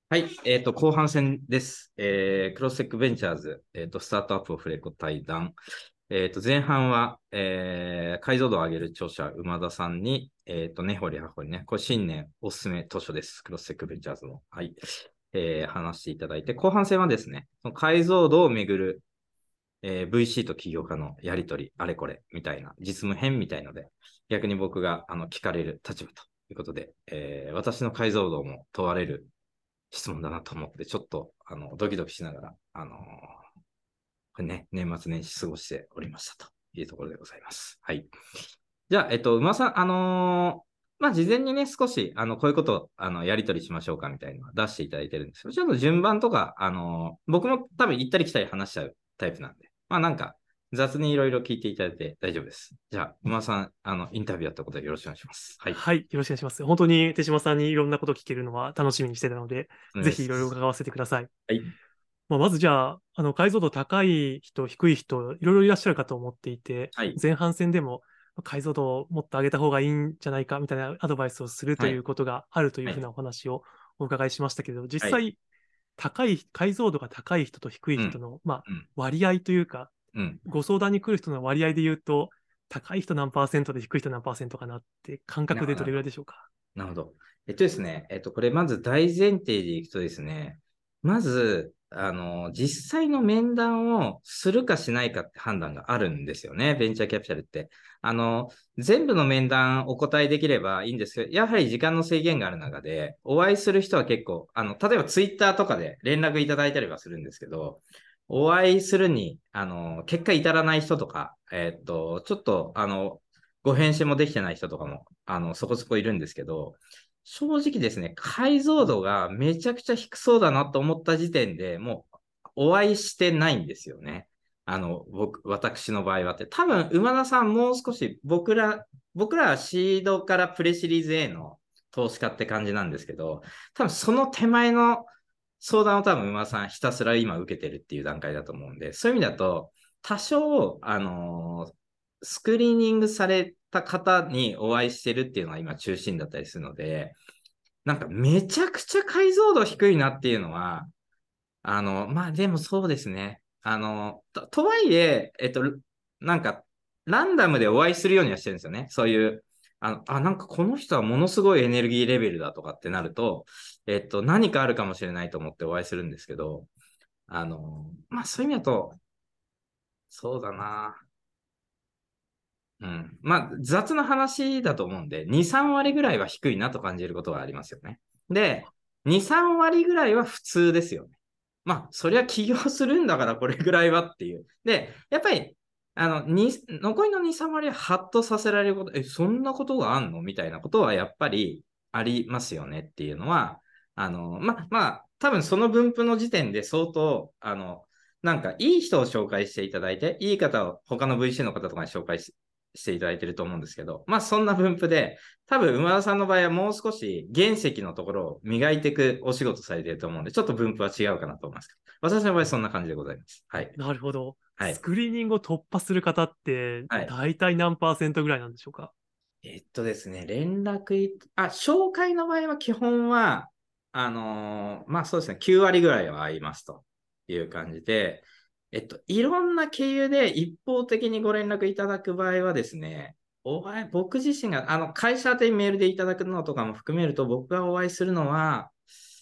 はい、後半戦です。クロステックベンチャーズ、スタートアップをフレコ対談。前半は、解像度を上げる著者、馬田さんに、根掘り葉掘りね、これ新年おすすめ図書です。クロステックベンチャーズの。はい。話していただいて、後半戦はですね、その解像度をめぐる、VC と起業家のやりとり、あれこれみたいな、実務編みたいので、逆に僕が聞かれる立場ということで、私の解像度も問われる質問だなと思って、ちょっとドキドキしながら、これね、年末年始過ごしておりましたというところでございます。はい。じゃあ、馬さん、まあ、事前にね、少し、こういうことを、やり取りしましょうかみたいなのを出していただいてるんですけど、ちょっと順番とか、僕も多分行ったり来たり話しちゃうタイプなんで、まあ、なんか、雑にいろいろ聞いていただいて大丈夫です。じゃあ、馬さん、インタビューだったことでよろしくお願いします。はい。 はい、よろしくお願いします。本当に手島さんにいろんなこと聞けるのは楽しみにしてたので、 お願いぜひいろいろします。 伺わせてください。 はい。 まずじゃあ、解像度高い人、低い人、いろいろいらっしゃるかと思っていて、 はい。 前半戦でも解像度をもっと上げた方がいいんじゃないかみたいなアドバイスをするとはい。 いうことがあるというはい。 ふうなお話をお伺いしましたけれど、実はい。 際、解像度が高い人と低いうん。 人の、 うん。 割合というか、 うん。 ご相談に来る人の割合で言うと、高い人何パーセントで低い人何パーセントかなって感覚でどれぐらいなるほど。 でしょうか？ なるほど。ですね、これまず大前提でいくとですね、まず、実際の面談をするかしないかって判断があるんですよね、ベンチャーキャピタルって。全部の面談お答えできればいいんですけど、やはり時間の制限がある中で、お会いする人は結構、例えばツイッターとかで連絡いただいたりはするんですけど、お会いするに、結果至らない人とか、ちょっと、ご返信もできてない人とかも、そこそこいるんですけど、正直ですね、解像度がめちゃくちゃ低そうだなと思った時点でもうお会いしてないんですよね。私の場合はって。多分、馬田さんもう少し僕らはシードからプレシリーズ A の投資家って感じなんですけど、多分その手前の相談を多分馬田さんひたすら今受けてるっていう段階だと思うんで、そういう意味だと、多少、スクリーニングされた方にお会いしてるっていうのが今中心だったりするので、なんかめちゃくちゃ解像度低いなっていうのは、まあでもそうですね。とはいえ、なんか、ランダムでお会いするようにはしてるんですよね。そういう、なんかこの人はものすごいエネルギーレベルだとかってなると、何かあるかもしれないと思ってお会いするんですけど、まあそういう意味だと、そうだな。うん。まあ、雑な話だと思うんで、2、3割ぐらいは低いなと感じることがありますよね。で、2、3割ぐらいは普通ですよね。まあ、そりゃ起業するんだからこれぐらいはっていう。で、やっぱり、残りの2、3割はハッとさせられること、そんなことがあんのみたいなことはやっぱりありますよねっていうのは、多分その分布の時点で相当、なんかいい人を紹介していただいて、いい方を他の VC の方とかに紹介していただいてると思うんですけど、まあそんな分布で、多分馬田さんの場合はもう少し原石のところを磨いていくお仕事されていると思うんで、ちょっと分布は違うかなと思いますけど、私の場合はそんな感じでございます。はい。 なるほど。 はい。 スクリーニングを突破する方ってはい。 大体何パーセントぐらいなんでしょうか？ ですね、紹介の場合は基本は、まあそうですね、9割ぐらいは合いますという感じで、いろんな経由で一方的にご連絡いただく場合はですね、僕自身が、会社宛てにメールでいただくのとかも含めると、僕がお会いするのは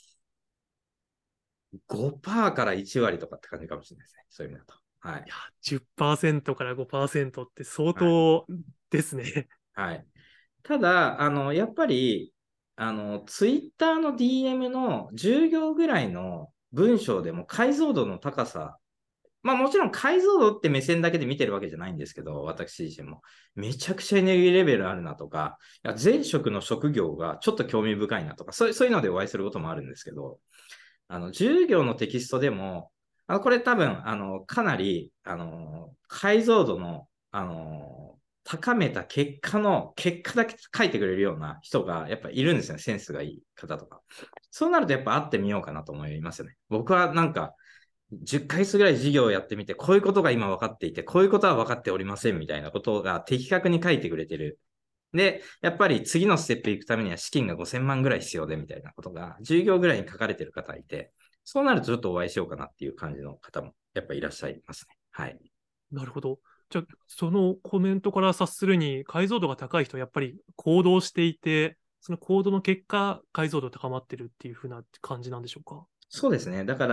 5%から1割とかって感じかもしれないですね。そういう意味だと。はい。 いや、10%から5%って相はい。 当ですね。 はい。ただ、やっぱり、ツイッターの DM の10行ぐらいの文章でも解像度の高さ、まあもちろん解像度って目線だけで見てるわけじゃないんですけど、私自身も。めちゃくちゃエネルギーレベルあるなとか、いや前職の職業がちょっと興味深いなとか、そういうのでお会いすることもあるんですけど、10行のテキストでも、これ多分、かなり、解像度の、高めた結果だけ書いてくれるような人がやっぱいるんですよね。センスがいい方とか。そうなるとやっぱ会ってみようかなと思いますよね。僕はなんか、10ヶ月ぐらい授業をやってみて、こういうことが今分かっていて、こういうことは分かっておりませんみたいなことが的確に書いてくれてるで、やっぱり次のステップ行くためには資金が5000万ぐらい必要でみたいなことが10行ぐらいに書かれてる方いて、そうなるとちょっとお会いしようかなっていう感じの方もやっぱいらっしゃいますね。はい。 なるほど。じゃあ、そのコメントから察するに、解像度が高い人はやっぱり行動していて、その行動の結果、解像度高まってるっていう風な感じなんでしょうか。 そうですね。だから、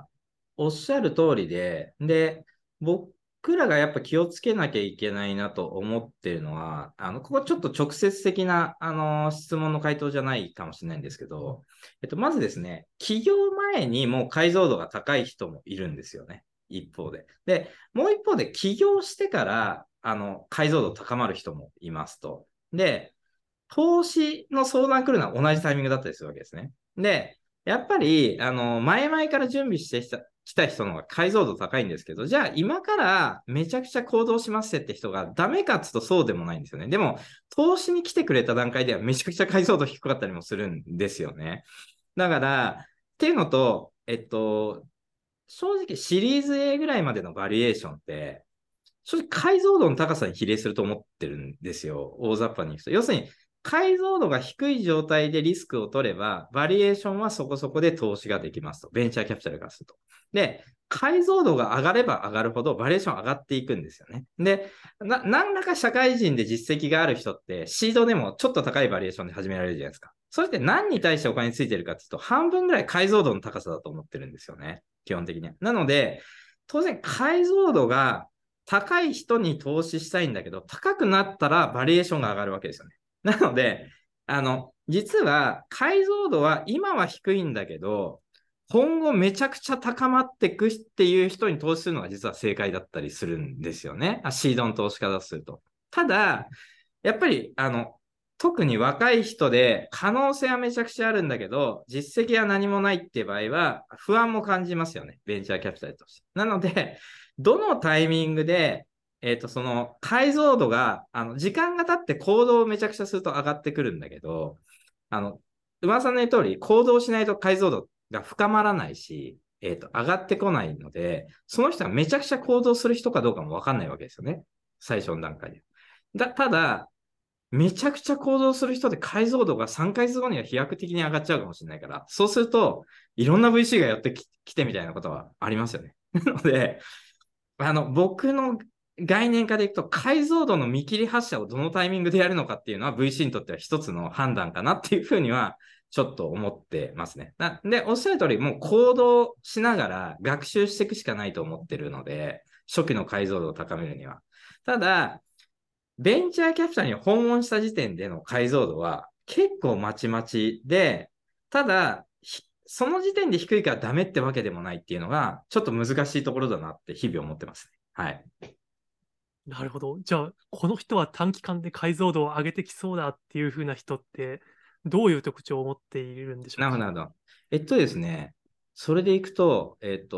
おっしゃる通りで、僕らがやっぱ気をつけなきゃいけないなと思ってるのは、ここちょっと直接的な、質問の回答じゃないかもしれないんですけど、まずですね、起業前にもう解像度が高い人もいるんですよね。一方で。で、もう一方で起業してから、解像度高まる人もいますと。で、投資の相談来るのは同じタイミングだったりするわけですね。で、やっぱり、前々から準備してきた人の方が解像度高いんですけど、じゃあ今からめちゃくちゃ行動しますって人がダメかっつうとそうでもないんですよね。でも、投資に来てくれた段階ではめちゃくちゃ解像度低かったりもするんですよね。だから、っていうのと、正直シリーズ A ぐらいまでのバリエーションって、正直解像度の高さに比例すると思ってるんですよ。大雑把に言くと。要するに、解像度が低い状態でリスクを取れば、バリエーションはそこそこで投資ができますと。ベンチャーキャピタルからすると。で、解像度が上がれば上がるほど、バリエーション上がっていくんですよね。で、何らか社会人で実績がある人って、シードでもちょっと高いバリエーションで始められるじゃないですか。それって何に対してお金ついてるかっていうと、半分ぐらい解像度の高さだと思ってるんですよね。基本的には。なので、当然解像度が高い人に投資したいんだけど、高くなったらバリエーションが上がるわけですよね。なので、実は解像度は今は低いんだけど、今後めちゃくちゃ高まっていくっていう人に投資するのが実は正解だったりするんですよね。シードの投資家だとすると。ただ、やっぱり、特に若い人で可能性はめちゃくちゃあるんだけど、実績は何もないっていう場合は不安も感じますよね。ベンチャーキャピタルとして。なので、どのタイミングで、その解像度が、時間が経って行動をめちゃくちゃすると上がってくるんだけど、あの、馬さんの言う通り、行動しないと解像度が深まらないし、上がってこないので、その人がめちゃくちゃ行動する人かどうかもわかんないわけですよね。最初の段階で。ただ、めちゃくちゃ行動する人で解像度が3ヶ月後には飛躍的に上がっちゃうかもしれないから、そうすると、いろんな VC がやってきてみたいなことはありますよね。なので、僕の概念化でいくと、解像度の見切り発射をどのタイミングでやるのかっていうのは VC にとっては一つの判断かなっていうふうには、ちょっと思ってますね。で、おっしゃる通り、もう行動しながら学習していくしかないと思ってるので、初期の解像度を高めるには。ただ、ベンチャーキャピタルに訪問した時点での解像度は結構まちまちで、ただ、その時点で低いからダメってわけでもないっていうのが、ちょっと難しいところだなって日々思ってますね。はい。 なるほど。じゃあ、この人は短期間で解像度を上げてきそうだっていう風な人って、どういう特徴を持っているんでしょうか。 なるほど、なるほど。ですね、それでいくと、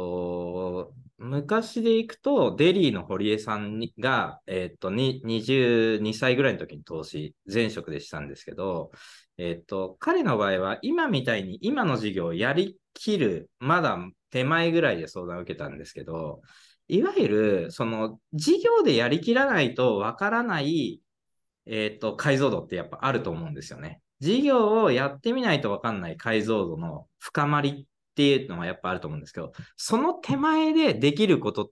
昔でいくと、デリーの堀江さんが、22歳ぐらいの時に投資、前職でしたんですけど、彼の場合は、今みたいに、今の事業をやりきる、まだ手前ぐらいで相談を受けたんですけど、いわゆる、その、事業でやりきらないとわからない、解像度ってやっぱあると思うんですよね。事業をやってみないとわかんない解像度の深まりっていうのはやっぱあると思うんですけど、その手前でできることって、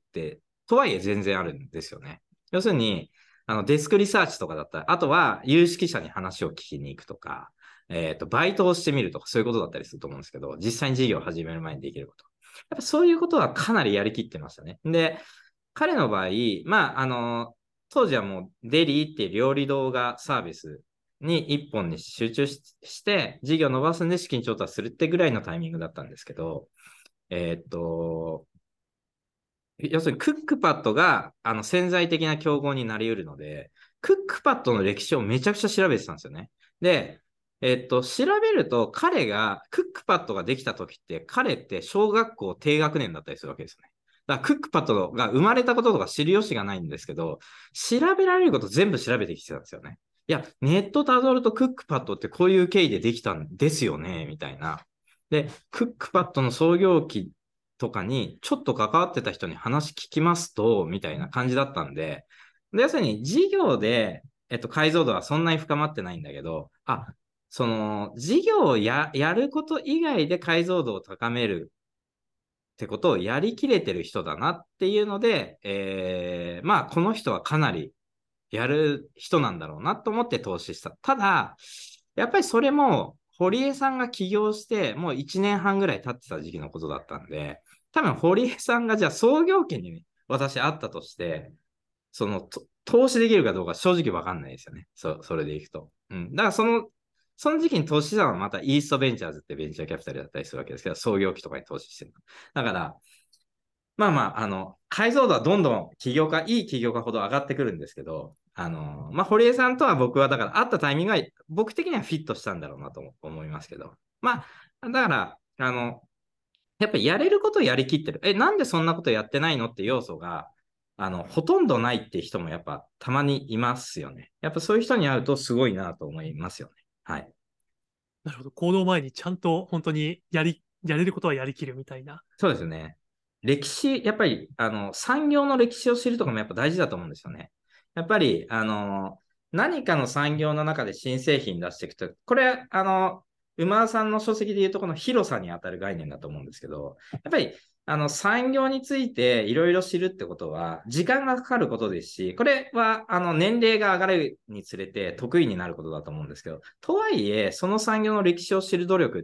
とはいえ全然あるんですよね。要するに、デスクリサーチとかだったら、あとは有識者に話を聞きに行くとか、バイトをしてみるとか、そういうことだったりすると思うんですけど、実際に事業を始める前にできること。やっぱそういうことはかなりやりきってましたね。で、彼の場合、まあ、当時はもうデリーっていう料理動画サービスに一本に集中して事業を伸ばすんで資金調達するってぐらいのタイミングだったんですけど、えーっと、要するにクックパッドが潜在的な競合になり得るので、クックパッドの歴史をめちゃくちゃ調べてたんですよね。で、調べると彼が、クックパッドができた時って、彼って小学校低学年だったりするわけですよね。だからクックパッドが生まれたこととか知る由がないんですけど、調べられること全部調べてきてたんですよね。いや、ネット辿るとクックパッドってこういう経緯でできたんですよね、みたいな。で、クックパッドの創業期とかにちょっと関わってた人に話聞きますと、みたいな感じだったんで、要するに事業で解像度はそんなに深まってないんだけど、その、事業をやること以外で解像度を高めるってことをやりきれてる人だなっていうので、まあ、この人はかなりやる人なんだろうなと思って投資した。ただ、やっぱりそれも、堀江さんが起業して、もう1年半ぐらい経ってた時期のことだったんで、多分堀江さんがじゃあ創業期に、ね、私あったとして、その投資できるかどうか正直わかんないですよね。それでいくと。うん。だからその時期に投資したのはまたイーストベンチャーズってベンチャーキャピタルだったりするわけですけど、創業期とかに投資してる。だから、まあまあ、解像度はどんどんいい起業家ほど上がってくるんですけど、まあ、堀江さんとは僕はだから会ったタイミングが僕的にはフィットしたんだろうなと思いますけど、まあ、だから、やっぱりやれることをやりきってる。なんでそんなことやってないのって要素が、ほとんどないって人もやっぱたまにいますよね。やっぱそういう人に会うとすごいなと思いますよね。はい。 なるほど。行動前にちゃんと本当にやれることはやりきるみたいな。 そうですね。歴史、やっぱり、産業の歴史を知るとかもやっぱ大事だと思うんですよね。やっぱり、何かの産業の中で新製品出していくと、これ、馬田さんの書籍でいうとこの広さに当たる概念だと思うんですけど、やっぱり、産業についていろいろ知るってことは、時間がかかることですし、これは、年齢が上がるにつれて得意になることだと思うんですけど、とはいえ、その産業の歴史を知る努力って、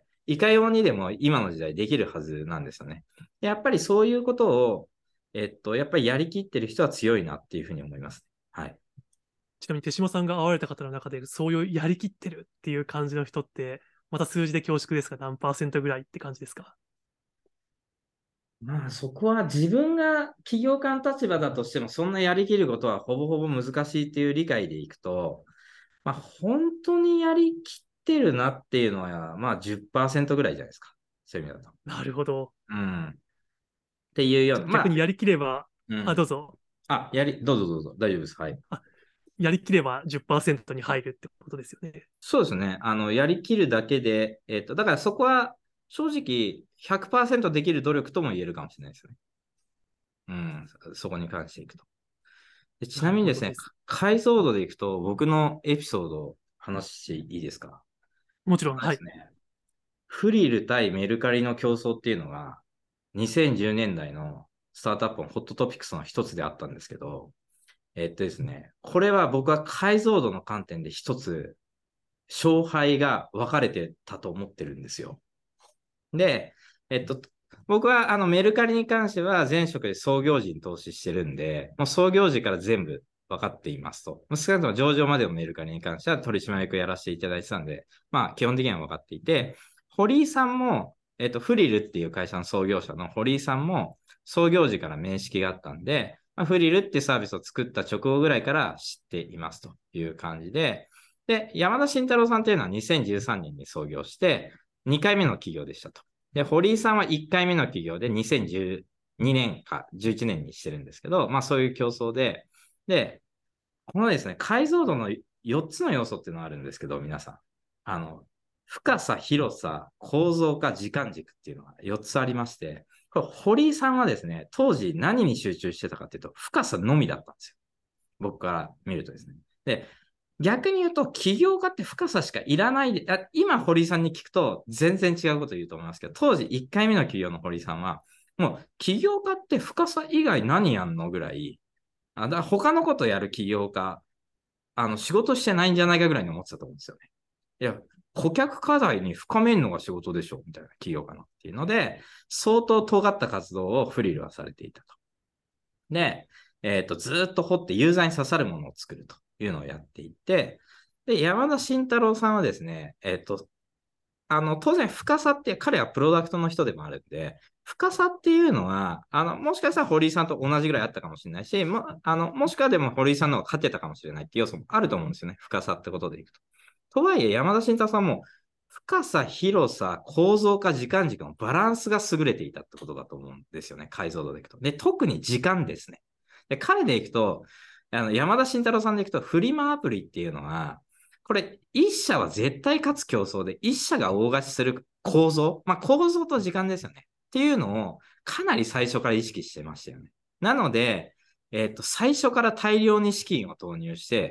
いかようにでも今の時代できるはずなんですよね。やっぱりそういうことを、やっぱりやりきってる人は強いなっていうふうに思います。はい。 ちなみに手島さんが会われた方の中で、そういうやりきってるっていう感じの人って、また数字で恐縮ですが、何パーセントぐらいって感じですか？ まあそこは自分が起業家の立場だとしてもそんなやりきることはほぼほぼ難しいっていう理解でいくと、まあ本当にやりきってるなっていうのはまあ10%ぐらいじゃないですか。そういう意味だと。 なるほど。 うん。っていうような、まあ、 逆にやりきれば、どううん。 ぞ。 どうぞどうぞ。大丈夫です。はい。 あ、やりきれば10%に入るってことですよね。 そうですね。やりきるだけで、だからそこは正直100%できる努力とも言えるかもしれないですね。うん、そこに関していくと。ちなるなみにですね、 ほどです。 解像度でいくと僕のエピソードを話していいですか？ もちろん、はい。 ですね、フリル対メルカリの競争っていうのが2010年代のスタートアップのホットトピックスの一つであったんですけど、ですね、これは僕は解像度の観点で一つ勝敗が分かれてたと思ってるんですよ。で、僕はメルカリに関しては前職で創業時に投資してるんで、もう創業時から全部分かっていますと。少なくとも上場までのメルカリに関しては取締役やらせていただいてたんで、まあ基本的には分かっていて、堀井さんも、フリルっていう会社の創業者の堀井さんも創業時から面識があったんで、まあ、フリルっていうサービスを作った直後ぐらいから知っていますという感じで、で、山田慎太郎さんっていうのは2013年に創業して、2回目の企業でしたと。で、堀井さんは1回目の企業で2012年か11年にしてるんですけど、まあそういう競争で、で、このですね、解像度の4つの要素っていうのがあるんですけど、皆さん。深さ、広さ、構造化、時間軸っていうのが4つありまして、これ堀井さんはですね、当時何に集中してたかっていうと、深さのみだったんですよ。僕から見るとですね。で、逆に言うと、起業家って深さしかいらないで、今、堀井さんに聞くと全然違うこと言うと思いますけど、当時1回目の起業の堀井さんは、もう起業家って深さ以外何やんのぐらい、だから他のことやる起業家、仕事してないんじゃないかぐらいに思ってたと思うんですよね。いや、顧客課題に深めるのが仕事でしょみたいな起業家のっていうので、相当尖った活動をフリルはされていたと。で、ずっと掘ってユーザーに刺さるものを作るというのをやっていて、で、山田慎太郎さんはですね、当然深さって彼はプロダクトの人でもあるんで、深さっていうのは、もしかしたら堀井さんと同じぐらいあったかもしれないし、もしくはでも堀井さんの方が勝てたかもしれないっていう要素もあると思うんですよね。深さってことでいくと。とはいえ、山田慎太郎さんも、深さ、広さ、構造化、時間軸のバランスが優れていたってことだと思うんですよね。解像度でいくと。で、特に時間ですね。で、彼でいくと、山田慎太郎さんでいくと、フリマアプリっていうのは、これ、一社は絶対勝つ競争で、一社が大勝ちする構造、まあ構造と時間ですよね。っていうのを、かなり最初から意識してましたよね。なので、最初から大量に資金を投入して、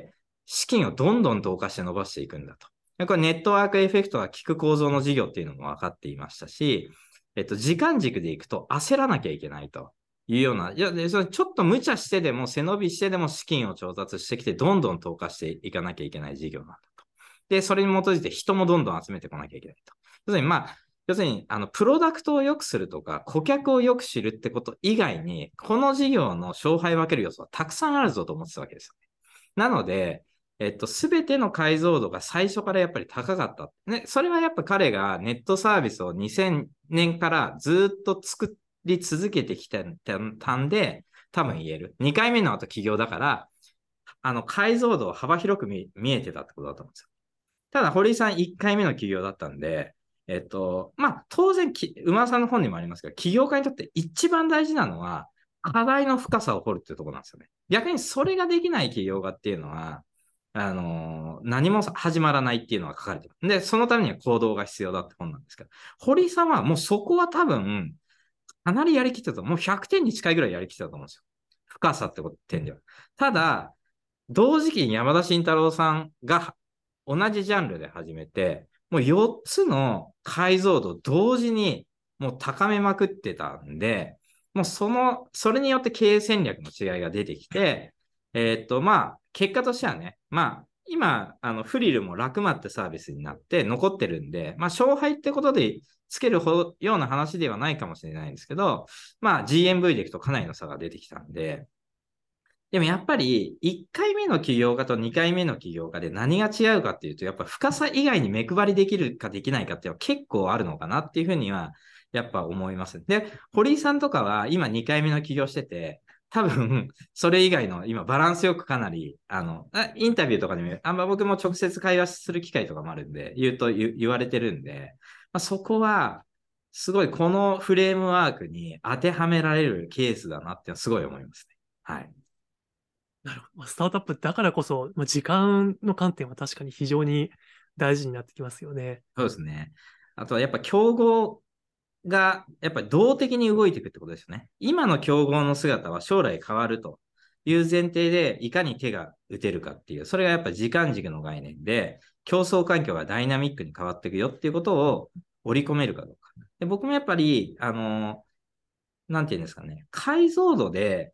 資金をどんどん投下して伸ばしていくんだと。これネットワークエフェクトが効く構造の事業っていうのも分かっていましたし、時間軸でいくと焦らなきゃいけないというような、いや、ちょっと無茶してでも背伸びしてでも資金を調達してきて、どんどん投下していかなきゃいけない事業なんだと。で、それに基づいて人もどんどん集めてこなきゃいけないと。要するに、プロダクトを良くするとか、顧客を良く知るってこと以外に、この事業の勝敗を分ける要素はたくさんあるぞと思ってたわけですよね。なので、すべての解像度が最初からやっぱり高かった。ね、それはやっぱ彼がネットサービスを2000年からずっと作り続けてきたんで、多分言える。2回目の後起業だから、解像度を幅広く見えてたってことだと思うんですよ。ただ、堀井さん1回目の起業だったんで、当然、馬さんの本にもありますけど、起業家にとって一番大事なのは、課題の深さを掘るっていうところなんですよね。逆にそれができない起業家っていうのは、何も始まらないっていうのが書かれてる。で、そのためには行動が必要だって本なんですけど、堀井さんはもうそこは多分、かなりやりきってた。もう100点に近いぐらいやりきってたと思うんですよ。深さって点では。ただ、同時期に山田慎太郎さんが同じジャンルで始めて、もう4つの解像度同時にもう高めまくってたんで、もうそれによって経営戦略の違いが出てきて、結果としてはね、今、フリルもラクマってサービスになって残ってるんで、勝敗ってことでつけるような話ではないかもしれないんですけど、GMV でいくとかなりの差が出てきたんで、でもやっぱり1回目の起業家と2回目の起業家で何が違うかっていうと、やっぱ深さ以外に目配りできるかできないかっていうのは結構あるのかなっていうふうにはやっぱ思います。で、堀井さんとかは今2回目の起業してて、多分それ以外の今バランスよくかなり、インタビューとかでも、僕も直接会話する機会とかもあるんで、言われてるんで、そこはすごいこのフレームワークに当てはめられるケースだなってすごい思いますね。はい。 なるほど。スタートアップだからこそ、時間の観点は確かに非常に大事になってきますよね。 そうですね。あとはやっぱ競合がやっぱり動的に動いていくってことですよね。今の競合の姿は将来変わるという前提でいかに手が打てるかっていう、それがやっぱ時間軸の概念で、競争環境がダイナミックに変わっていくよっていうことを織り込めるかどうか。で僕もやっぱり、なんていうんですかね、解像度で、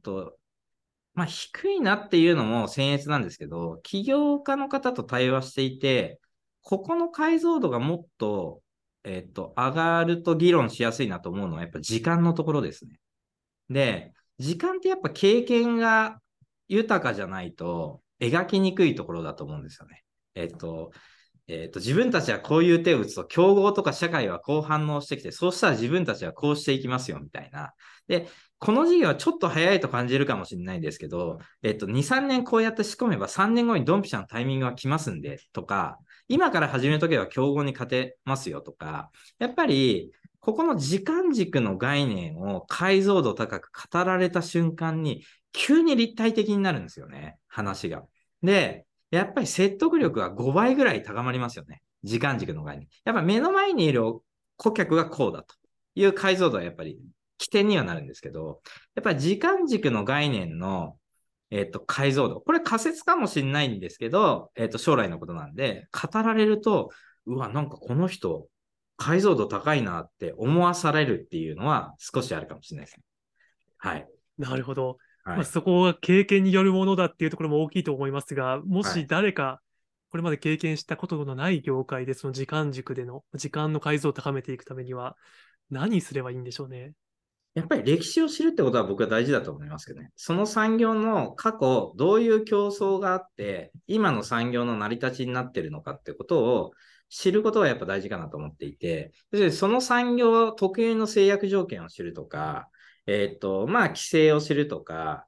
低いなっていうのも僭越なんですけど、起業家の方と対話していて、ここの解像度がもっと、上がると議論しやすいなと思うのは、やっぱ時間のところですね。で、時間ってやっぱ経験が豊かじゃないと描きにくいところだと思うんですよね。自分たちはこういう手を打つと、競合とか社会はこう反応してきて、そうしたら自分たちはこうしていきますよ、みたいな。で、この事業はちょっと早いと感じるかもしれないんですけど、2、3年こうやって仕込めば3年後にドンピシャのタイミングが来ますんで、とか、今から始めとけば競合に勝てますよとか、やっぱり、ここの時間軸の概念を解像度高く語られた瞬間に、急に立体的になるんですよね、話が。で、やっぱり説得力が5倍ぐらい高まりますよね。時間軸の概念。やっぱ目の前にいる顧客がこうだという解像度はやっぱり起点にはなるんですけど、やっぱり時間軸の概念の、解像度。これ仮説かもしれないんですけど、将来のことなんで、語られると、うわ、なんかこの人、解像度高いなって思わされるっていうのは少しあるかもしれないですね。はい。 なるほど。 はい。 そこが経験によるものだっていうところも大きいと思いますが、もしはい。 誰か、これまで経験したことのない業界で、その時間軸での時間の解像を高めていくためには、何すればいいんでしょうね。 やっぱり歴史を知るってことは僕は大事だと思いますけどね。その産業の過去、どういう競争があって、今の産業の成り立ちになっているのかってことを知ることはやっぱ大事かなと思っていて、その産業特有の制約条件を知るとか、規制を知るとか、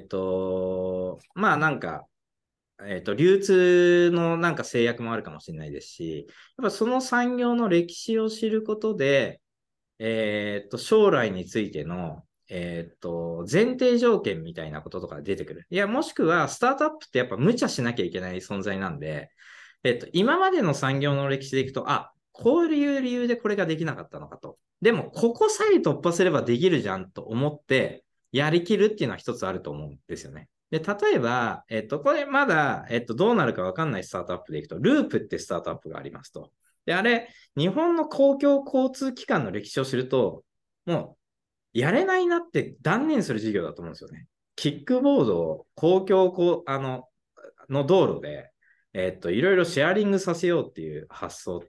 なんか、流通のなんか制約もあるかもしれないですし、やっぱその産業の歴史を知ることで、将来についての、前提条件みたいなこととか出てくる。いや、もしくは、スタートアップってやっぱ無茶しなきゃいけない存在なんで、今までの産業の歴史でいくと、こういう理由でこれができなかったのかと。でも、ここさえ突破すればできるじゃんと思って、やりきるっていうのは一つあると思うんですよね。 で、例えば、これまだ、どうなるかわかんないスタートアップでいくと、ループってスタートアップがありますと。で、あれ、日本の公共交通機関の歴史を知ると、もう、やれないなって断念する事業だと思うんですよね。キックボードを公共こう、の道路で、いろいろシェアリングさせようっていう発想って、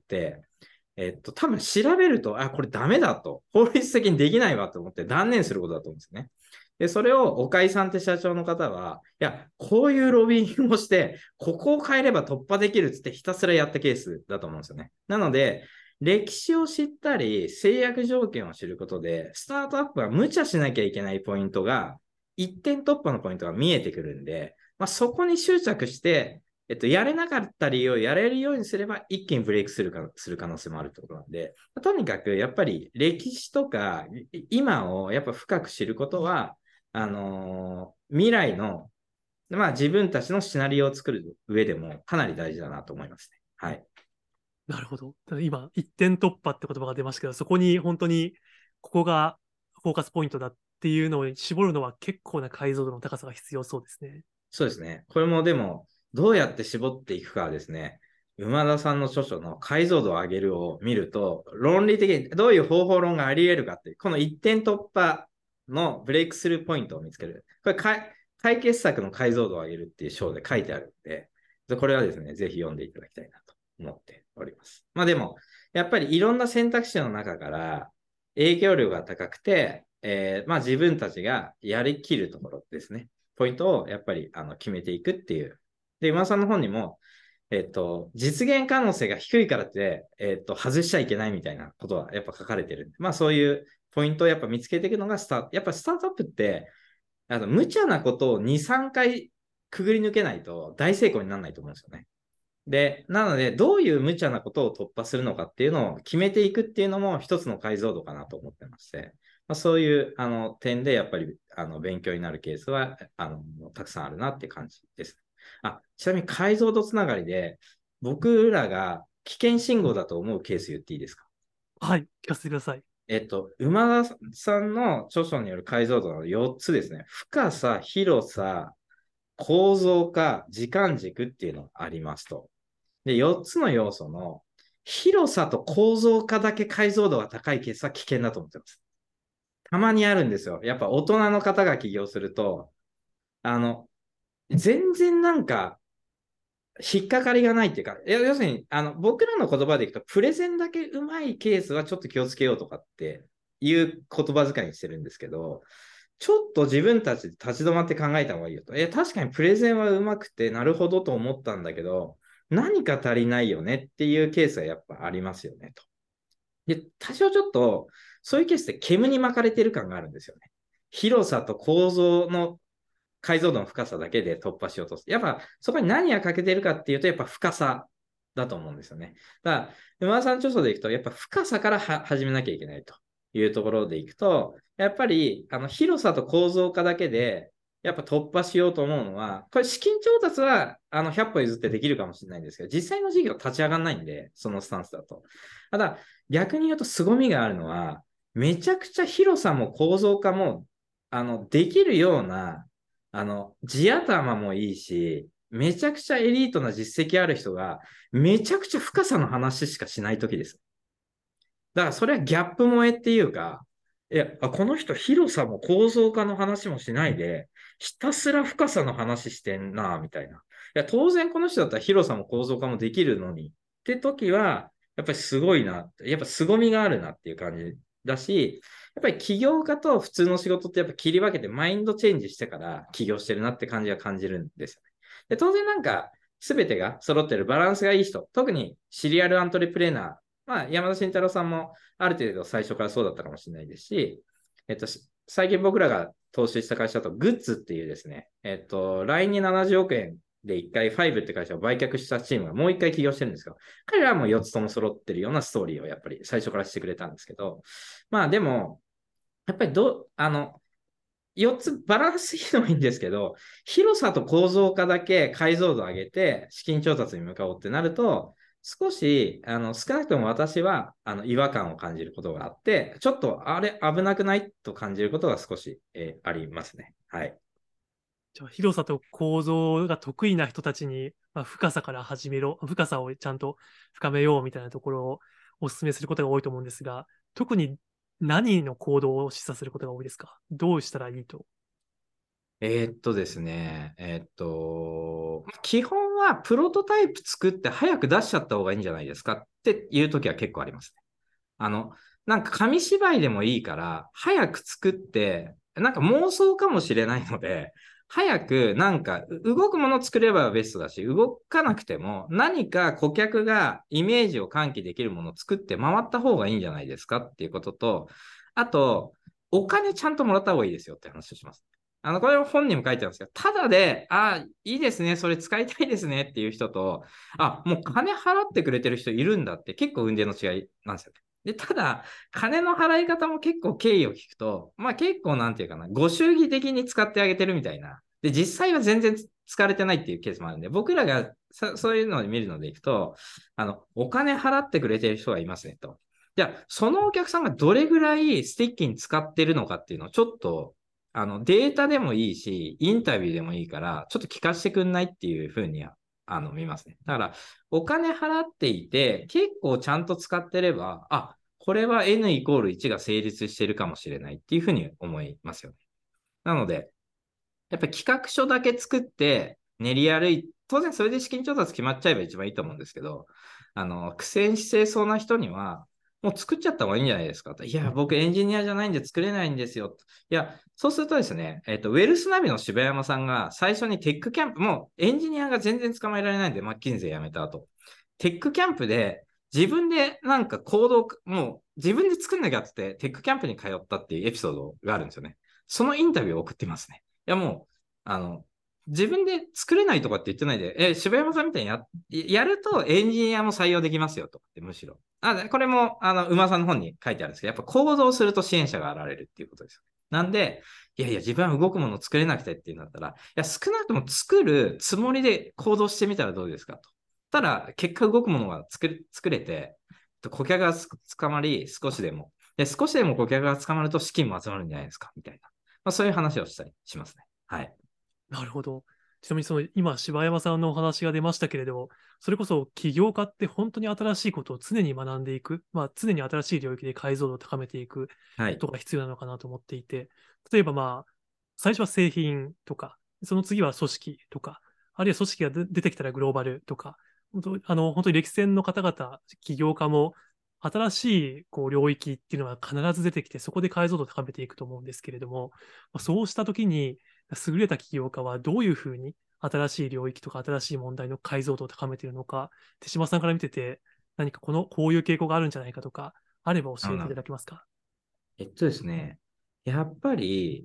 多分調べると、あ、これダメだと、法律的にできないわと思って断念することだと思うんですね。で、それを岡井さんって社長の方は、いや、こういうロビーをして、ここを変えれば突破できるっつってひたすらやったケースだと思うんですよね。なので、歴史を知ったり、制約条件を知ることで、スタートアップは無茶しなきゃいけないポイントが、一点突破のポイントが見えてくるんで、そこに執着して、やれなかった理由をやれるようにすれば一気にブレイクする可能性もあるってことなんで、とにかくやっぱり歴史とか今をやっぱ深く知ることは、未来の、自分たちのシナリオを作る上でもかなり大事だなと思いますね。はい。 なるほど。ただ今、一点突破って言葉が出ましたけど、そこに本当にここがフォーカスポイントだっていうのを絞るのは結構な解像度の高さが必要そうですね。 そうですね。これもでも、どうやって絞っていくかはですね、馬田さんの著書の解像度を上げるを見ると、論理的にどういう方法論があり得るかっていう、この一点突破のブレイクスルーポイントを見つける。これ解決策の解像度を上げるっていう章で書いてあるんで、これはですね、ぜひ読んでいただきたいなと思っております。でも、やっぱりいろんな選択肢の中から影響力が高くて、自分たちがやりきるところですね。ポイントをやっぱり決めていくっていう。で、馬さんの本にも、実現可能性が低いからって、外しちゃいけないみたいなことはやっぱ書かれてるんで、そういうポイントをやっぱ見つけていくのがやっぱスタートアップって、無茶なことを2、3回くぐり抜けないと大成功にならないと思うんですよね。で、なので、どういう無茶なことを突破するのかっていうのを決めていくっていうのも一つの解像度かなと思ってまして、そういう点でやっぱり勉強になるケースはたくさんあるなって感じです。ちなみに解像度つながりで、僕らが危険信号だと思うケース言っていいですか？ はい、聞かせてください。 馬田さんの著書による解像度の4つですね。深さ、広さ、構造化、時間軸っていうのがありますと。で、4つの要素の広さと構造化だけ解像度が高いケースは危険だと思ってます。たまにあるんですよ。やっぱ大人の方が起業すると、あの、全然なんか、引っかかりがないっていうか、要するに、僕らの言葉でいくと、プレゼンだけうまいケースはちょっと気をつけようとかっていう言葉遣いにしてるんですけど、ちょっと自分たちで立ち止まって考えた方がいいよと。確かにプレゼンはうまくて、なるほどと思ったんだけど、何か足りないよねっていうケースはやっぱありますよねと。で、多少ちょっと、そういうケースって煙に巻かれてる感があるんですよね。広さと構造の解像度の深さだけで突破しようとする。やっぱそこに何が欠けてるかっていうと、やっぱ深さだと思うんですよね。だから、馬田さん著書でいくと、やっぱ深さから始めなきゃいけないというところでいくと、やっぱり広さと構造化だけで、やっぱ突破しようと思うのは、これ資金調達は100歩譲ってできるかもしれないんですけど、実際の事業立ち上がらないんで、そのスタンスだと。ただ、逆に言うと凄みがあるのは、めちゃくちゃ広さも構造化もできるような地頭もいいし、めちゃくちゃエリートな実績ある人が、めちゃくちゃ深さの話しかしないときです。だからそれはギャップ萌えっていうか、この人広さも構造化の話もしないで、ひたすら深さの話してんな、みたいな。当然この人だったら広さも構造化もできるのに、って時は、やっぱりすごいな、やっぱ凄みがあるなっていう感じだし、やっぱり起業家と普通の仕事ってやっぱ切り分けてマインドチェンジしてから起業してるなって感じが感じるんですよね。で、当然なんか、すべてが揃ってるバランスがいい人、特にシリアルアントレプレーナー、山田慎太郎さんもある程度最初からそうだったかもしれないですし、最近僕らが投資した会社だと、グッズっていうですね、LINE に70億円で1回、ファイブって会社を売却したチームがもう1回起業してるんですけど、彼らはもう4つとも揃ってるようなストーリーをやっぱり最初からしてくれたんですけど、でも、やっぱり4つバランスいいのもいいんですけど、広さと構造化だけ解像度上げて資金調達に向かおうってなると、少し、少なくとも私は、違和感を感じることがあって、ちょっと、あれ、危なくないと感じることが少し、ありますね。はい。 じゃあ広さと構造が得意な人たちに、まあ、深さから始めろ、深さをちゃんと深めようみたいなところをお勧めすることが多いと思うんですが、特に何の行動を示唆することが多いですか？どうしたらいいと。 ですね、基本はプロトタイプ作って早く出しちゃった方がいいんじゃないですかっていう時は結構ありますね。あの、なんか紙芝居でもいいから、早く作って、なんか妄想かもしれないので、早くなんか動くものを作ればベストだし、動かなくても何か顧客がイメージを喚起できるものを作って回った方がいいんじゃないですかっていうことと、あと、お金ちゃんともらった方がいいですよって話をします。これを本にも書いてあるんですけど、ただで、いいですね、それ使いたいですねっていう人と、もう金払ってくれてる人いるんだって結構運命の違いなんですよね。で、ただ、金の払い方も結構経緯を聞くと、まあ結構なんていうかな、ご祝儀的に使ってあげてるみたいな。で、実際は全然使われてないっていうケースもあるんで、僕らがそういうのを見るのでいくと、お金払ってくれてる人がいますねと。じゃあ、そのお客さんがどれぐらいスティッキに使ってるのかっていうのをちょっと、データでもいいし、インタビューでもいいから、ちょっと聞かせてくんないっていうふうには、見ますね。だから、お金払っていて、結構ちゃんと使ってれば、これは N イコール1が成立してるかもしれないっていうふうに思いますよね。なので、やっぱり企画書だけ作って練り歩いて、当然それで資金調達決まっちゃえば一番いいと思うんですけど、苦戦してそうな人には、もう作っちゃった方がいいんじゃないですかと。いや、僕エンジニアじゃないんで作れないんですよ。いや、そうするとですね、ウェルスナビの柴山さんが最初にテックキャンプ、もうエンジニアが全然捕まえられないんで、マッキンゼー辞めた後。テックキャンプで自分でなんか行動、もう自分で作んなきゃって、テックキャンプに通ったっていうエピソードがあるんですよね。そのインタビューを送ってますね。いやもう、自分で作れないとかって言ってないで、柴山さんみたいにやるとエンジニアも採用できますよとかってむしろ。これも、馬さんの本に書いてあるんですけど、やっぱ行動すると支援者が現れるっていうことですよ。なんで、いやいや、自分は動くものを作れなくてっていうんだったら、いや、少なくとも作るつもりで行動してみたらどうですかと。ただ、結果動くものが作れて、顧客が捕まり、少しでも。で、少しでも顧客が捕まると資金も集まるんじゃないですか、みたいな。まあ、そういう話をしたりしますね。はい。 なるほど。ちなみにその今、柴山さんのお話が出ましたけれど、それこそ起業家って本当に新しいことを常に学んでいく、まあ、常に新しい領域で解像度を高めていくはい。 ことが必要なのかなと思っていて、例えばまあ、最初は製品とか、その次は組織とか、あるいは組織が出てきたらグローバルとか、本当に歴戦の方々、起業家も新しいこう領域っていうのは必ず出てきて、そこで解像度を高めていくと思うんですけれども、まあそうしたときに、優れた起業家はどういうふうに新しい領域とか新しい問題の解像度を高めているのか、手嶋さんから見てて、何かこういう傾向があるんじゃないかとか、あれば教えていただけますか？ ですね、やっぱり、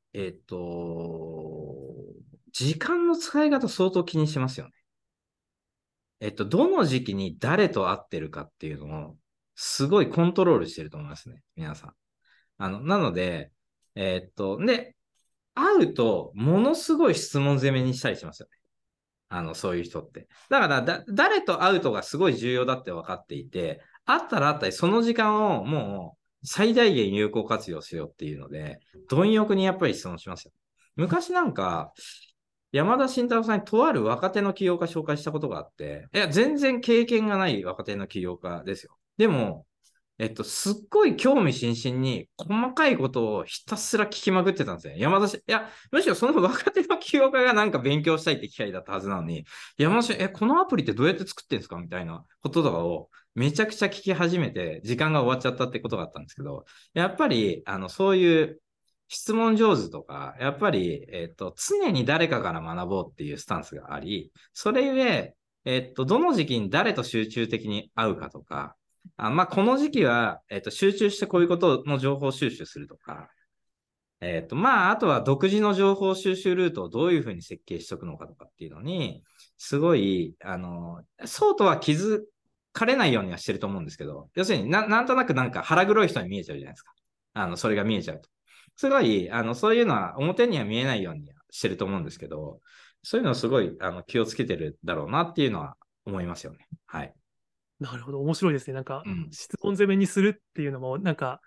時間の使い方相当気にしますよね。どの時期に誰と会ってるかっていうのを、すごいコントロールしてると思いますね、皆さん。なので、で、会うと、ものすごい質問攻めにしたりしますよね。そういう人って。だから誰と会うとがすごい重要だって分かっていて、会ったら会ったり、その時間をもう最大限有効活用しようっていうので、貪欲にやっぱり質問しますよ。昔なんか、山田慎太郎さんにとある若手の起業家紹介したことがあって、いや、全然経験がない若手の起業家ですよ。でも、すっごい興味津々に細かいことをひたすら聞きまくってたんですね。いや、むしろその若手の起業家がなんか勉強したいって機会だったはずなのに、山田氏、このアプリってどうやって作ってんですかみたいなこととかをめちゃくちゃ聞き始めて、時間が終わっちゃったってことがあったんですけど、やっぱり、そういう質問上手とか、やっぱり、常に誰かから学ぼうっていうスタンスがあり、それゆえ、どの時期に誰と集中的に会うかとか、まあ、この時期は、集中してこういうことの情報収集するとか、まあ、あとは独自の情報収集ルートをどういうふうに設計しておくのかとかっていうのに、すごい、そうとは気づかれないようにはしてると思うんですけど、要するになんとなくなんか腹黒い人に見えちゃうじゃないですか。それが見えちゃうと。すごい、そういうのは表には見えないようにしてると思うんですけど、そういうのをすごい、気をつけてるだろうなっていうのは思いますよね。はい。 なるほど、面白いですね。なんか、 うん。 質問攻めにするっていうのも、なんか、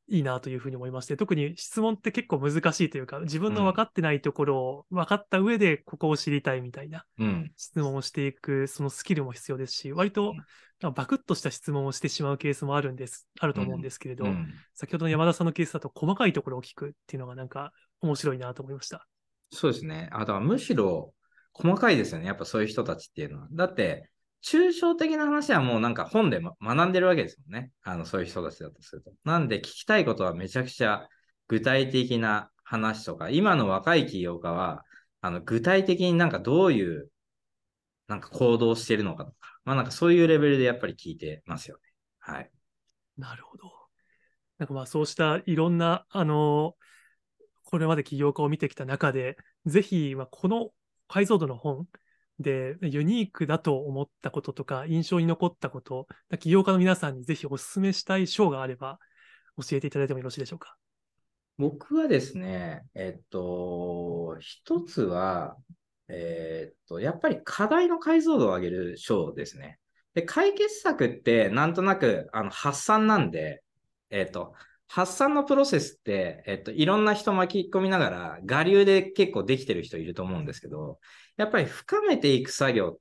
いいなというふうに思いまして、特に質問って結構難しいというか、自分の分かうん。 ってないところを分かった上でここを知りたいみたいなうん。 質問をしていく、そのスキルも必要ですし、割とバクッとした質問をしてしまうケースもあると思うんでうん。 すけれど、 うん。 先ほどの山田さんのケースだと細かいところを聞くっていうのがなんか面白いなと思いました。 そうですね。だからむしろ細かいですよね。やっぱそういう人たちっていうのは。だって、抽象的な話はもうなんか本で学んでるわけですもんね。そういう人たちだとすると。なんで聞きたいことはめちゃくちゃ具体的な話とか、今の若い起業家は、具体的になんかどういうなんか行動してるのかとか、まあなんかそういうレベルでやっぱり聞いてますよね。はい。 なるほど。なんかまあそうしたいろんな、これまで起業家を見てきた中で、ぜひ、まあ、この解像度の本でユニークだと思ったこととか、印象に残ったこと、起業家の皆さんにぜひお勧めしたい章があれば、教えていただいてもよろしいでしょうか。 僕はですね、一つは、やっぱり課題の解像度を上げる章ですね。で、解決策ってなんとなく発散なんで、えっと、発散のプロセスって、いろんな人巻き込みながら、我流で結構できてる人いると思うんですけど、やっぱり深めていく作業って、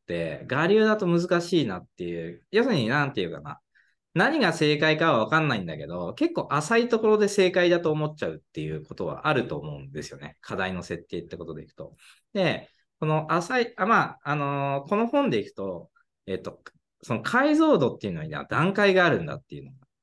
我流だと難しいなっていう、要するになんていうかな、何が正解かは分かんないんだけど、結構浅いところで正解だと思っちゃうっていうことはあると思うんですよね。課題の設定ってことでいくと。で、この浅い、この本でいくと、その解像度っていうのには段階があるんだっていうのがあって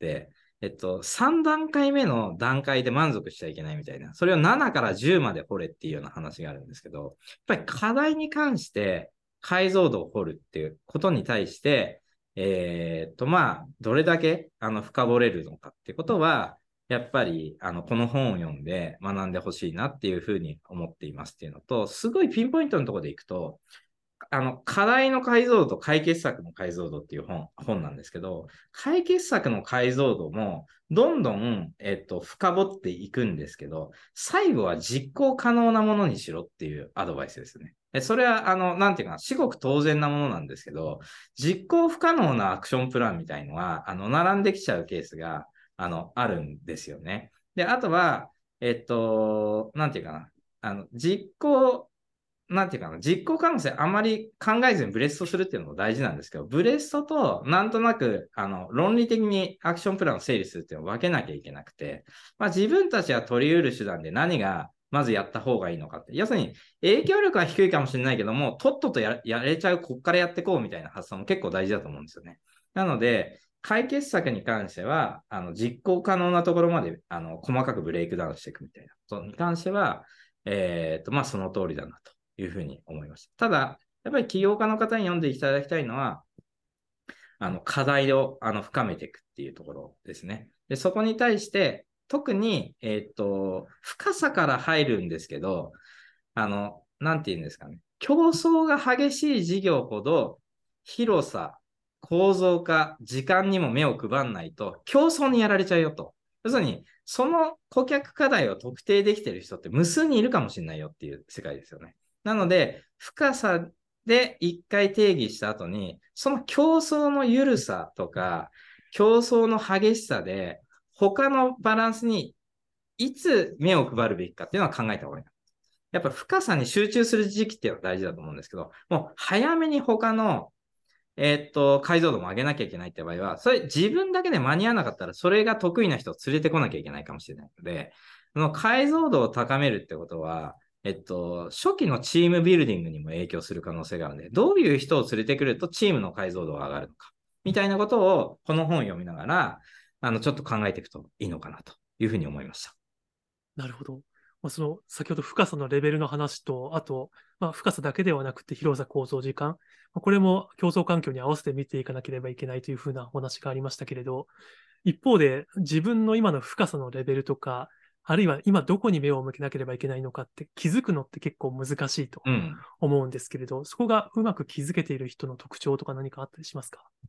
、3段階目の段階で満足しちゃいけないみたいな、それを7から10まで掘れっていうような話があるんですけど、やっぱり課題に関して解像度を掘るっていうことに対して、どれだけ深掘れるのかってことは、やっぱりこの本を読んで学んでほしいなっていうふうに思っていますっていうのと、すごいピンポイントのところでいくと、課題の解像度と解決策の解像度っていう本なんですけど、解決策の解像度もどんどん、深掘っていくんですけど、最後は実行可能なものにしろっていうアドバイスですね。それは、なんていうかな、至極当然なものなんですけど、実行不可能なアクションプランみたいのは、並んできちゃうケースが、あるんですよね。で、あとは、なんていうかな、実行なんていうかな、実行可能性あまり考えずにブレストするっていうのも大事なんですけど、ブレストとなんとなく、論理的にアクションプランを整理するっていうのを分けなきゃいけなくて、自分たちが取り得る手段で何がまずやった方がいいのかって。要するに、影響力は低いかもしれないけども、とっととやれちゃう、こっからやっていこうみたいな発想も結構大事だと思うんですよね。なので、解決策に関しては、実行可能なところまで、細かくブレイクダウンしていくみたいなことに関しては、その通りだなというふうに思いました。ただ、やっぱり起業家の方に読んでいただきたいのは、課題を深めていくっていうところですね。で、そこに対して、特に、深さから入るんですけど、なんて言うんですかね。競争が激しい事業ほど、広さ、構造化、時間にも目を配らないと、競争にやられちゃうよと。要するに、その顧客課題を特定できている人って無数にいるかもしれないよっていう世界ですよね。なので、深さで一回定義した後に、その競争の緩さとか、競争の激しさで、他のバランスにいつ目を配るべきかっていうのは考えた方がいい。やっぱ深さに集中する時期っていうのは大事だと思うんですけど、もう早めに他の、解像度も上げなきゃいけないって場合は、それ自分だけで間に合わなかったら、それが得意な人を連れてこなきゃいけないかもしれないので、その解像度を高めるってことは、初期のチームビルディングにも影響する可能性があるので、どういう人を連れてくるとチームの解像度が上がるのか、みたいなことをこの本を読みながら、ちょっと考えていくといいのかなというふうに思いました。 なるほど。その、先ほど深さのレベルの話と、あと、深さだけではなくて広さ、構造、時間。これも競争環境に合わせて見ていかなければいけないというふうなお話がありましたけれど、一方で自分の今の深さのレベルとか、あるいは今どこに目を向けなければいけないのかって気づくのって結構難しいとうん。 思うんですけれど、そこがうまく気づけている人の特徴とか何かあったりしますか？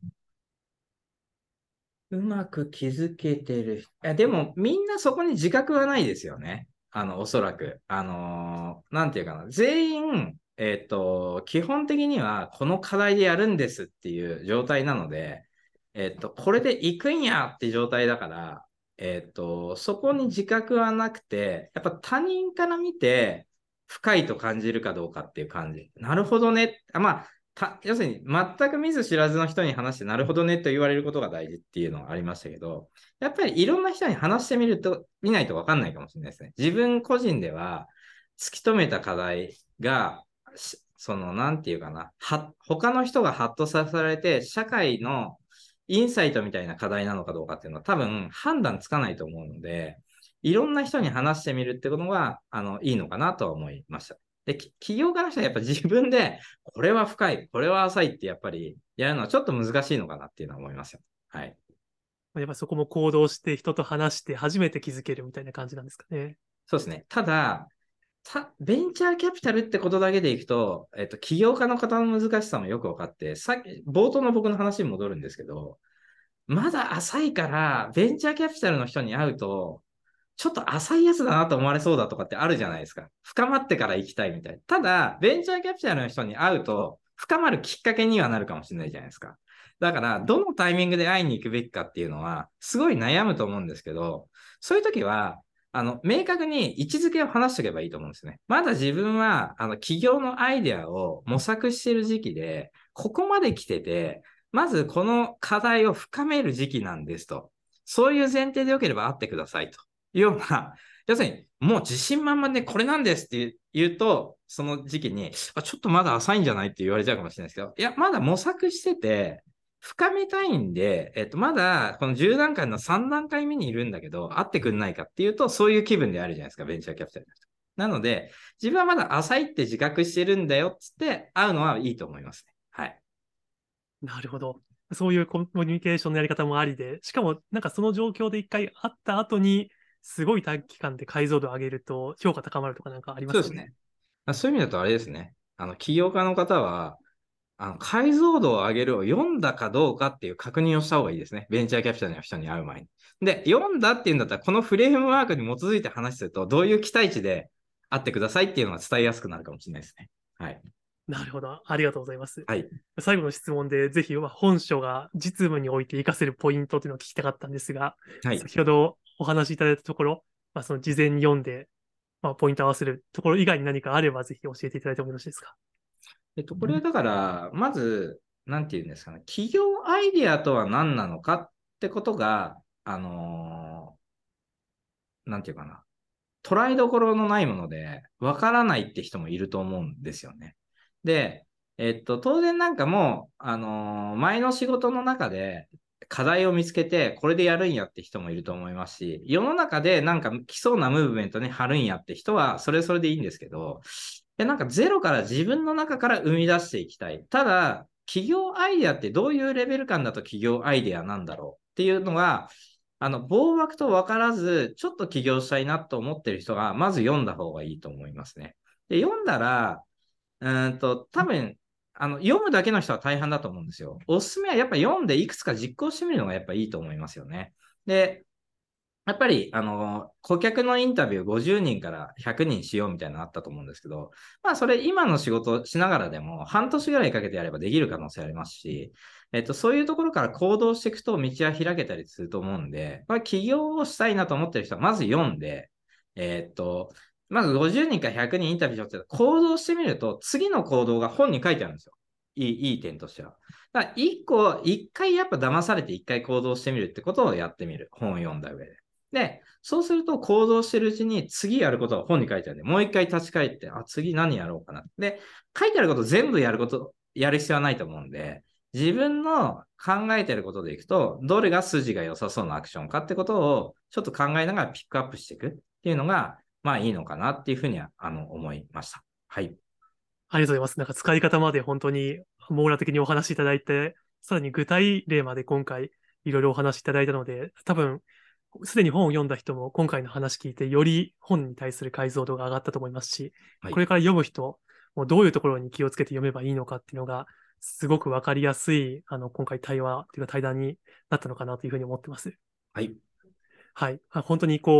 うまく気づけてる。いや、でも、みんなそこに自覚はないですよね。おそらく。なんていうかな。全員、基本的にはこの課題でやるんですっていう状態なので、これで行くんやっていう状態だから、 そこに自覚はなくて、やっぱ他人から見て深いと感じるかどうかっていう感じ。なるほどね。まあ、要するに全く見ず知らずの人に話してなるほどねと言われることが大事っていうのがありましたけど、やっぱりいろんな人に話してみると、見ないと分かんないかもしれないですね。自分個人では突き止めた課題が、なんていうかな、他の人がハッとさせられて、社会のインサイトみたいな課題なのかどうかっていうのは多分判断つかないと思うので、いろんな人に話してみるってことが、いいのかなとは思いました。で、起業家の人はやっぱ自分で、これは深い、これは浅いってやっぱりやるのはちょっと難しいのかなっていうのは思いますよ。はい。 やっぱそこも行動して人と話して初めて気づけるみたいな感じなんですかね。 そうですね。ただ、ベンチャーキャピタルってことだけでいくと、起業家の方の難しさもよく分かって、さっき、冒頭の僕の話に戻るんですけど、まだ浅いから、ベンチャーキャピタルの人に会うと、ちょっと浅いやつだなと思われそうだとかってあるじゃないですか。深まってから行きたいみたいな。ただ、ベンチャーキャピタルの人に会うと、深まるきっかけにはなるかもしれないじゃないですか。だから、どのタイミングで会いに行くべきかっていうのは、すごい悩むと思うんですけど、そういう時は、明確に位置づけを話しておけばいいと思うんですね。まだ自分は、企業のアイデアを模索している時期で、ここまで来てて、まずこの課題を深める時期なんですと。そういう前提でよければ会ってくださいというような、要するに、もう自信満々でこれなんですって言うと、その時期に、ちょっとまだ浅いんじゃないって言われちゃうかもしれないですけど、いや、まだ模索してて、深めたいんで、まだこの10段階の3段階目にいるんだけど、会ってくんないかっていうと、そういう気分であるじゃないですか、ベンチャーキャピタルの人。なので、自分はまだ浅いって自覚してるんだよっつって会うのはいいと思いますね。はい。 なるほど。そういうコミュニケーションのやり方もありで、しかもなんかその状況で一回会った後に、すごい短期間で解像度を上げると評価高まるとかなんかありますよね。 そうですね。そういう意味だとあれですね。起業家の方は、解像度を上げるを読んだかどうかっていう確認をした方がいいですね。ベンチャーキャピタルの人に会う前に。で、読んだっていうんだったら、このフレームワークに基づいて話すると、どういう期待値で会ってくださいっていうのが伝えやすくなるかもしれないですね。はい。 なるほど。ありがとうございます。 はい。 最後の質問で、ぜひ本書が実務において活かせるポイントというのを聞きたかったんですが、 はい。 先ほどお話しいただいたところ、その事前に読んで、ポイントを合わせるところ以外に何かあれば、ぜひ教えていただいてもよろしいですか？ これはだから、まず、なんていうんですかね。企業アイディアとは何なのかってことが、なんていうかな。捉えどころのないもので、わからないって人もいると思うんですよね。で、当然なんかもう、前の仕事の中で課題を見つけて、これでやるんやって人もいると思いますし、世の中でなんか来そうなムーブメントに貼るんやって人は、それそれでいいんですけど、なんかゼロから自分の中から生み出していきたい。ただ、企業アイデアってどういうレベル感だと企業アイデアなんだろうっていうのが、暴漠と分からず、ちょっと起業したいなと思ってる人が、まず読んだ方がいいと思いますね。で、読んだら、多分、読むだけの人は大半だと思うんですよ。おすすめはやっぱ読んでいくつか実行してみるのがやっぱいいと思いますよね。で、やっぱり、顧客のインタビュー50人から100人しようみたいなのあったと思うんですけど、まあ、それ今の仕事しながらでも半年ぐらいかけてやればできる可能性ありますし、そういうところから行動していくと道は開けたりすると思うんで、まあ、起業をしたいなと思ってる人はまず読んで、まず50人から100人インタビューして行動してみると、次の行動が本に書いてあるんですよ。いい点としては。だから一回やっぱ騙されて一回行動してみるってことをやってみる。本を読んだ上で。で、そうすると行動してるうちに次やることが本に書いてあるんで、もう一回立ち返って、次何やろうかな。で、書いてあること全部やる必要はないと思うんで、自分の考えてることでいくと、どれが筋が良さそうなアクションかってことをちょっと考えながらピックアップしていくっていうのが、まあいいのかなっていうふうには、思いました。はい。 ありがとうございます。なんか使い方まで本当に網羅的にお話しいただいて、さらに具体例まで今回いろいろお話しいただいたので、多分、すでに本を読んだ人も今回の話聞いて、より本に対する解像度が上がったと思いますし、 はい。 これから読む人、もうどういうところに気をつけて読めばいいのかっていうのが、すごくわかりやすい、今回対話というか対談になったのかなというふうに思ってます。 はい。 はい。本当にこう、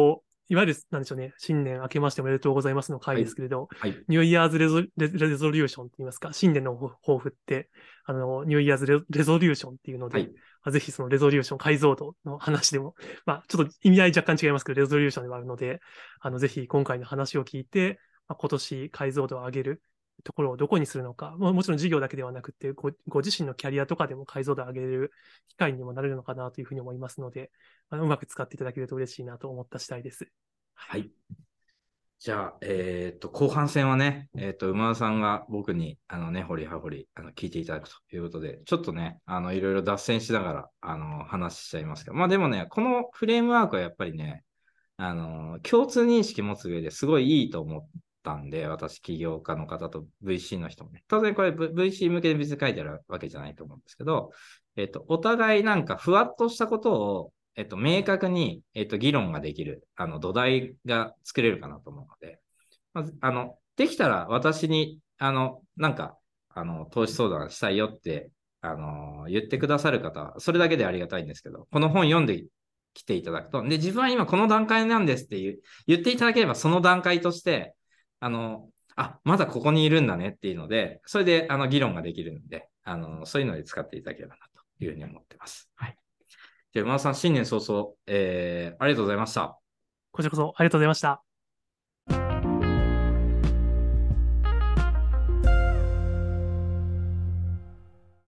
いわゆる、なんでしょうね、新年明けましておめでとうございますの回はい。 ですけれど、 はい。 ニューイヤーズレゾリューションって言いますか、新年の抱負って、ニューイヤーズレゾリューションっていうので、 はい。 ぜひそのレゾリューション解像度の話でも、ちょっと意味合い若干違いますけど、レゾリューションではあるので、ぜひ今回の話を聞いて、今年解像度を上げるところをどこにするのか、もちろん授業だけではなくて、ご自身のキャリアとかでも解像度を上げる機会にもなれるのかなというふうに思いますので、うまく使っていただけると嬉しいなと思った次第です。はい。 はい。じゃあ、後半戦はね、馬田さんが僕に、ね、掘り葉掘り、聞いていただくということで、ちょっとね、いろいろ脱線しながら、話しちゃいますけど、まあでもね、このフレームワークはやっぱりね、共通認識持つ上ですごいいいと思ったんで、私、起業家の方と VC の人もね、当然これ VC 向けで別に書いてあるわけじゃないと思うんですけど、お互いなんかふわっとしたことを、明確に、議論ができる、土台が作れるかなと思うので、まず、できたら私に、なんか、投資相談したいよって、言ってくださる方は、それだけでありがたいんですけど、この本読んできていただくと、で、自分は今この段階なんですって言っていただければ、その段階として、まだここにいるんだねっていうので、それで、議論ができるので、そういうので使っていただければなというふうに思ってます。はい。じゃあ、馬田さん、新年早々、ありがとうございました。 こちらこそありがとうございました。